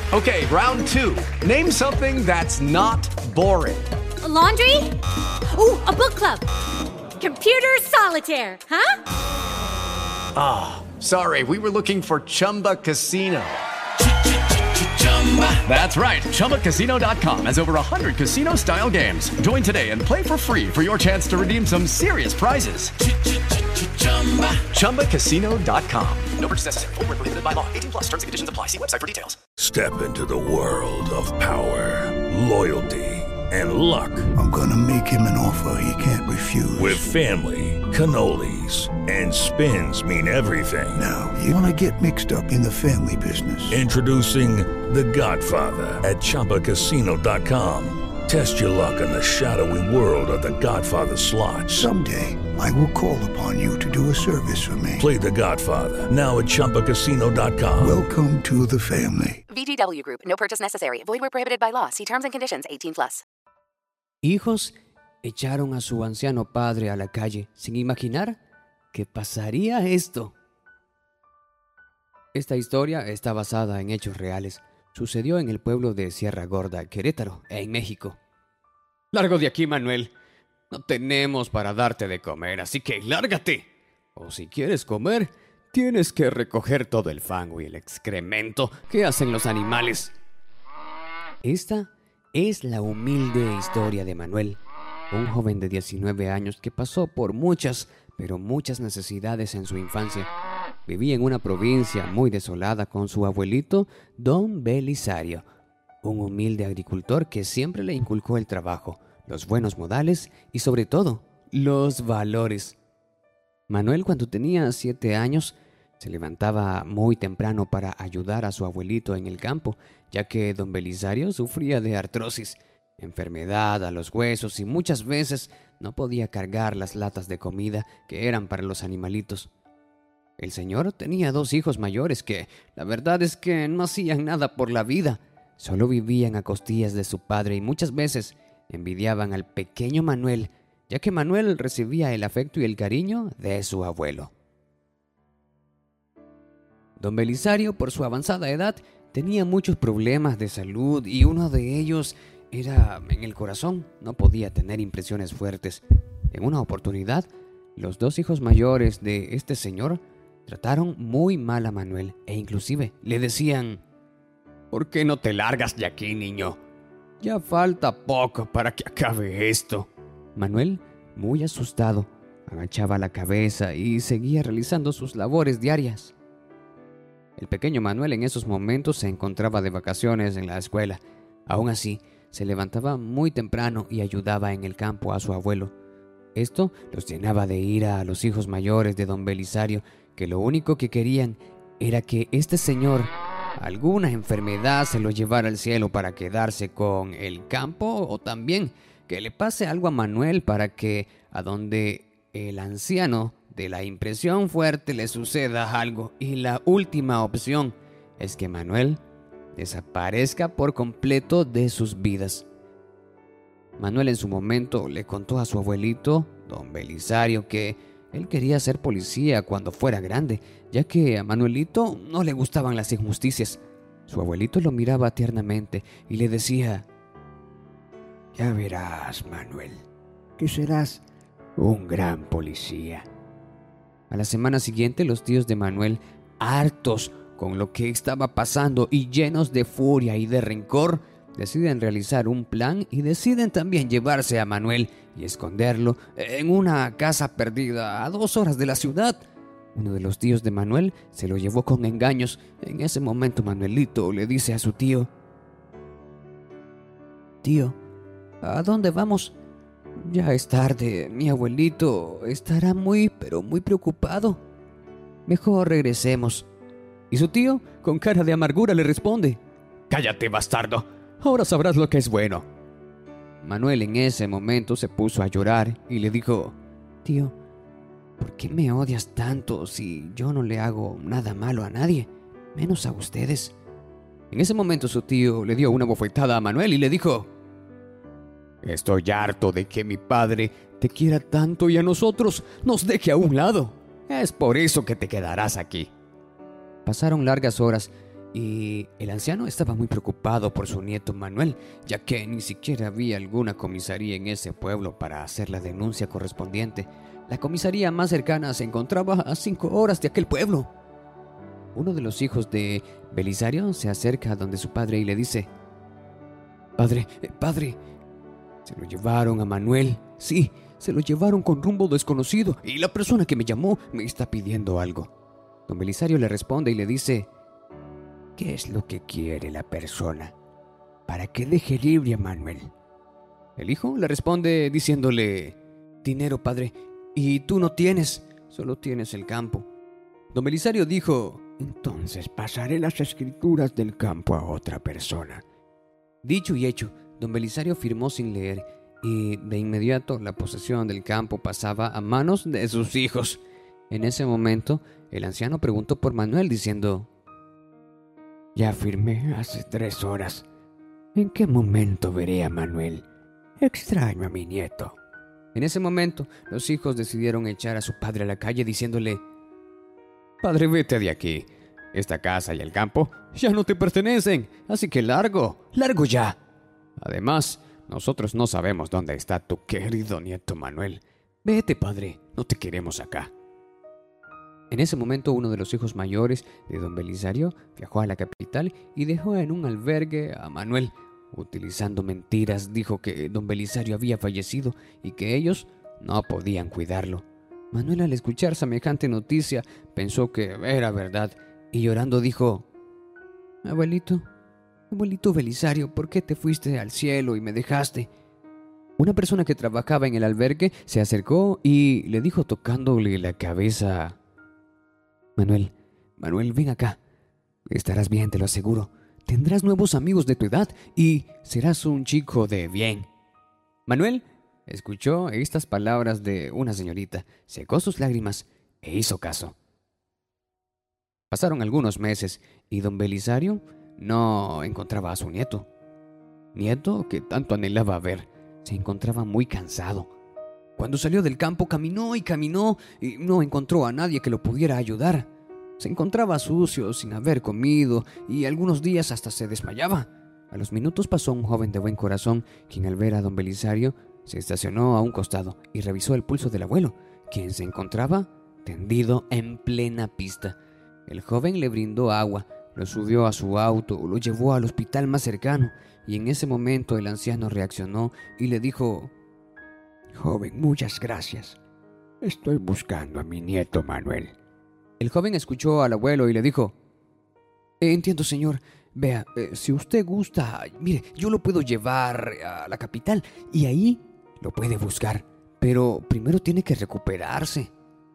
Okay, round two. Name something that's not boring. A laundry? Ooh, a book club. Computer solitaire, huh? Sorry, we were looking for Chumba Casino. That's right. ChumbaCasino.com has over 100 casino-style games. Join today and play for free for your chance to redeem some serious prizes. ChumbaCasino.com. No purchase necessary. Void where prohibited by law. 18 plus. Terms and conditions apply. See website for details. Step into the world of power, loyalty, and luck. I'm gonna make him an offer he can't refuse. With family, cannolis, and spins mean everything. Now, you wanna get mixed up in the family business. Introducing The Godfather at ChumbaCasino.com. Test your luck in the shadowy world of The Godfather slot. Someday, I will call upon you to do a service for me. Play The Godfather now at ChumbaCasino.com. Welcome to the family. VGW Group. No purchase necessary. Void where prohibited by law. See terms and conditions. 18 plus. Hijos echaron a su anciano padre a la calle sin imaginar que pasaría esto. Esta historia está basada en hechos reales. Sucedió en el pueblo de Sierra Gorda, Querétaro, en México. Largo de aquí, Manuel. No tenemos para darte de comer, así que lárgate. O si quieres comer, tienes que recoger todo el fango y el excremento que hacen los animales. Esta es la humilde historia de Manuel, un joven de 19 años que pasó por muchas, pero muchas necesidades en su infancia. Vivía en una provincia muy desolada con su abuelito, Don Belisario, un humilde agricultor que siempre le inculcó el trabajo, los buenos modales y sobre todo, los valores. Manuel, cuando tenía 7 años, se levantaba muy temprano para ayudar a su abuelito en el campo, ya que Don Belisario sufría de artrosis, enfermedad a los huesos y muchas veces no podía cargar las latas de comida que eran para los animalitos. El señor tenía 2 hijos mayores que, la verdad es que no hacían nada por la vida, solo vivían a costillas de su padre y muchas veces envidiaban al pequeño Manuel, ya que Manuel recibía el afecto y el cariño de su abuelo. Don Belisario, por su avanzada edad, tenía muchos problemas de salud y uno de ellos era en el corazón. No podía tener impresiones fuertes. En una oportunidad, los 2 hijos mayores de este señor trataron muy mal a Manuel e inclusive le decían: ¿por qué no te largas de aquí, niño? Ya falta poco para que acabe esto. Manuel, muy asustado, agachaba la cabeza y seguía realizando sus labores diarias. El pequeño Manuel en esos momentos se encontraba de vacaciones en la escuela. Aún así, se levantaba muy temprano y ayudaba en el campo a su abuelo. Esto los llenaba de ira a los hijos mayores de Don Belisario, que lo único que querían era que este señor, alguna enfermedad, se lo llevara al cielo para quedarse con el campo, o también que le pase algo a Manuel para que a donde el anciano de la impresión fuerte le suceda algo. Y la última opción es que Manuel desaparezca por completo de sus vidas. Manuel en su momento le contó a su abuelito, Don Belisario, que él quería ser policía cuando fuera grande, ya que a Manuelito no le gustaban las injusticias. Su abuelito lo miraba tiernamente y le decía: ya verás, Manuel, que serás un gran policía. A la semana siguiente, los tíos de Manuel, hartos con lo que estaba pasando y llenos de furia y de rencor, deciden realizar un plan y deciden también llevarse a Manuel y esconderlo en una casa perdida a 2 horas de la ciudad. Uno de los tíos de Manuel se lo llevó con engaños. En ese momento Manuelito le dice a su tío: tío, ¿a dónde vamos? Ya es tarde, mi abuelito estará muy, pero muy preocupado. Mejor regresemos. Y su tío, con cara de amargura, le responde: cállate, bastardo, ahora sabrás lo que es bueno. Manuel en ese momento se puso a llorar y le dijo: tío, ¿por qué me odias tanto si yo no le hago nada malo a nadie, menos a ustedes? En ese momento su tío le dio una bofetada a Manuel y le dijo: estoy harto de que mi padre te quiera tanto y a nosotros nos deje a un lado. Es por eso que te quedarás aquí. Pasaron largas horas y el anciano estaba muy preocupado por su nieto Manuel, ya que ni siquiera había alguna comisaría en ese pueblo para hacer la denuncia correspondiente. La comisaría más cercana se encontraba a 5 horas de aquel pueblo. Uno de los hijos de Belisario se acerca a donde su padre y le dice: Padre, se lo llevaron a Manuel. Sí, se lo llevaron con rumbo desconocido y la persona que me llamó me está pidiendo algo. Don Belisario le responde y le dice: ¿qué es lo que quiere la persona para que deje libre a Manuel? El hijo le responde diciéndole: dinero, padre, y tú no tienes, solo tienes el campo. Don Belisario dijo: entonces pasaré las escrituras del campo a otra persona. Dicho y hecho, don Belisario firmó sin leer y de inmediato la posesión del campo pasaba a manos de sus hijos. En ese momento, el anciano preguntó por Manuel diciendo: ya firmé hace 3 horas. ¿En qué momento veré a Manuel? Extraño a mi nieto. En ese momento, los hijos decidieron echar a su padre a la calle diciéndole: padre, vete de aquí. Esta casa y el campo ya no te pertenecen, así que largo ya. Además, nosotros no sabemos dónde está tu querido nieto Manuel. Vete, padre, no te queremos acá. En ese momento, uno de los hijos mayores de don Belisario viajó a la capital y dejó en un albergue a Manuel. Utilizando mentiras, dijo que don Belisario había fallecido y que ellos no podían cuidarlo. Manuel, al escuchar semejante noticia, pensó que era verdad y llorando dijo: Abuelito Belisario, ¿por qué te fuiste al cielo y me dejaste? Una persona que trabajaba en el albergue se acercó y le dijo tocándole la cabeza: Manuel, ven acá. Estarás bien, te lo aseguro. Tendrás nuevos amigos de tu edad y serás un chico de bien. Manuel escuchó estas palabras de una señorita, secó sus lágrimas e hizo caso. Pasaron algunos meses y don Belisario no encontraba a su nieto. Nieto que tanto anhelaba ver. Se encontraba muy cansado. Cuando salió del campo caminó y no encontró a nadie que lo pudiera ayudar. Se encontraba sucio, sin haber comido y algunos días hasta se desmayaba. A los minutos pasó un joven de buen corazón, quien al ver a don Belisario se estacionó a un costado y revisó el pulso del abuelo, quien se encontraba tendido en plena pista. El joven le brindó agua, lo subió a su auto, lo llevó al hospital más cercano y en ese momento el anciano reaccionó y le dijo: joven, muchas gracias. Estoy buscando a mi nieto Manuel. El joven escuchó al abuelo y le dijo: entiendo, señor. Vea, si usted gusta, mire, yo lo puedo llevar a la capital y ahí lo puede buscar, pero primero tiene que recuperarse.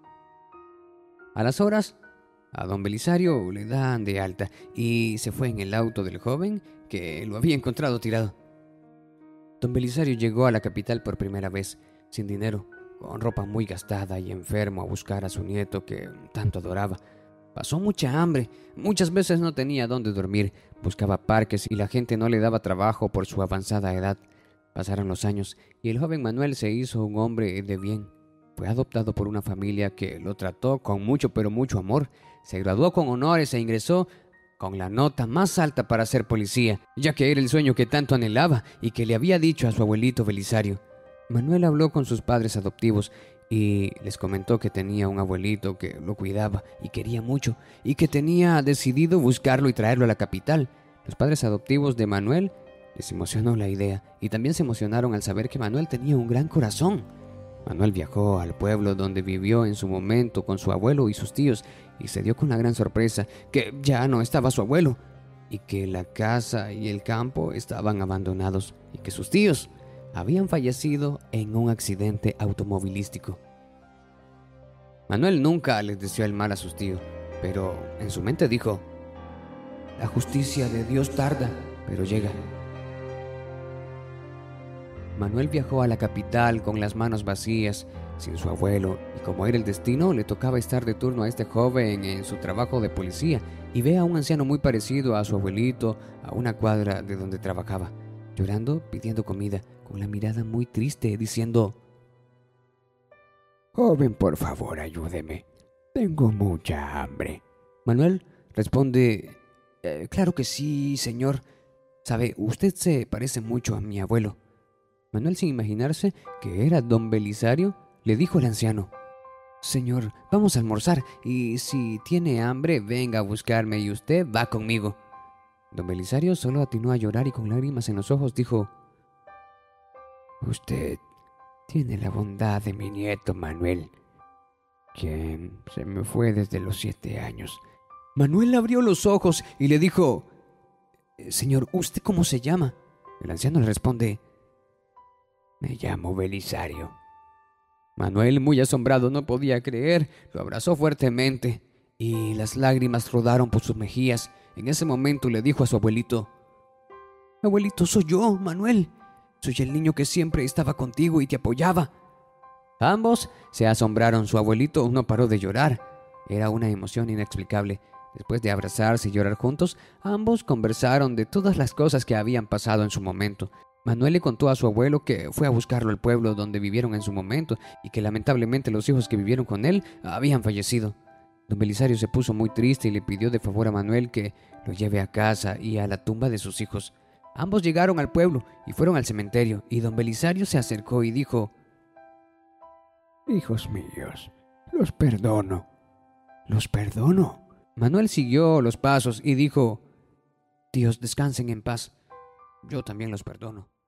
A las horas, a don Belisario le dan de alta y se fue en el auto del joven que lo había encontrado tirado. Don Belisario llegó a la capital por primera vez, sin dinero, con ropa muy gastada y enfermo, a buscar a su nieto que tanto adoraba. Pasó mucha hambre, muchas veces no tenía dónde dormir, buscaba parques y la gente no le daba trabajo por su avanzada edad. Pasaron los años y el joven Manuel se hizo un hombre de bien. Fue adoptado por una familia que lo trató con mucho pero mucho amor. Se graduó con honores e ingresó con la nota más alta para ser policía, ya que era el sueño que tanto anhelaba y que le había dicho a su abuelito Belisario. Manuel habló con sus padres adoptivos y les comentó que tenía un abuelito que lo cuidaba y quería mucho y que tenía decidido buscarlo y traerlo a la capital. Los padres adoptivos de Manuel les emocionó la idea y también se emocionaron al saber que Manuel tenía un gran corazón. Manuel viajó al pueblo donde vivió en su momento con su abuelo y sus tíos y se dio con la gran sorpresa que ya no estaba su abuelo y que la casa y el campo estaban abandonados y que sus tíos habían fallecido en un accidente automovilístico. Manuel nunca les deseó el mal a sus tíos, pero en su mente dijo: la justicia de Dios tarda, pero llega. Manuel viajó a la capital con las manos vacías, sin su abuelo, y como era el destino, le tocaba estar de turno a este joven en su trabajo de policía, y ve a un anciano muy parecido a su abuelito a una cuadra de donde trabajaba, llorando, pidiendo comida, con la mirada muy triste, diciendo: joven, por favor, ayúdeme. Tengo mucha hambre. Manuel responde: Claro que sí, señor. Sabe, usted se parece mucho a mi abuelo. Manuel, sin imaginarse que era don Belisario, le dijo al anciano: Señor, vamos a almorzar, y si tiene hambre, venga a buscarme y usted va conmigo. Don Belisario solo atinó a llorar y con lágrimas en los ojos dijo: Usted tiene la bondad de mi nieto Manuel, quien se me fue desde los 7 años. Manuel abrió los ojos y le dijo: Señor, ¿usted cómo se llama? El anciano le responde: Me llamo Belisario. Manuel, muy asombrado, no podía creer, lo abrazó fuertemente y las lágrimas rodaron por sus mejillas. En ese momento le dijo a su abuelito: Abuelito, soy yo, Manuel. Soy el niño que siempre estaba contigo y te apoyaba. Ambos se asombraron. Su abuelito no paró de llorar. Era una emoción inexplicable. Después de abrazarse y llorar juntos, ambos conversaron de todas las cosas que habían pasado en su momento. Manuel le contó a su abuelo que fue a buscarlo al pueblo donde vivieron en su momento y que lamentablemente los hijos que vivieron con él habían fallecido. Don Belisario se puso muy triste y le pidió de favor a Manuel que lo lleve a casa y a la tumba de sus hijos. Ambos llegaron al pueblo y fueron al cementerio, y don Belisario se acercó y dijo: Hijos míos, los perdono. ¿Los perdono? Manuel siguió los pasos y dijo: Tíos, descansen en paz. Yo también los perdono.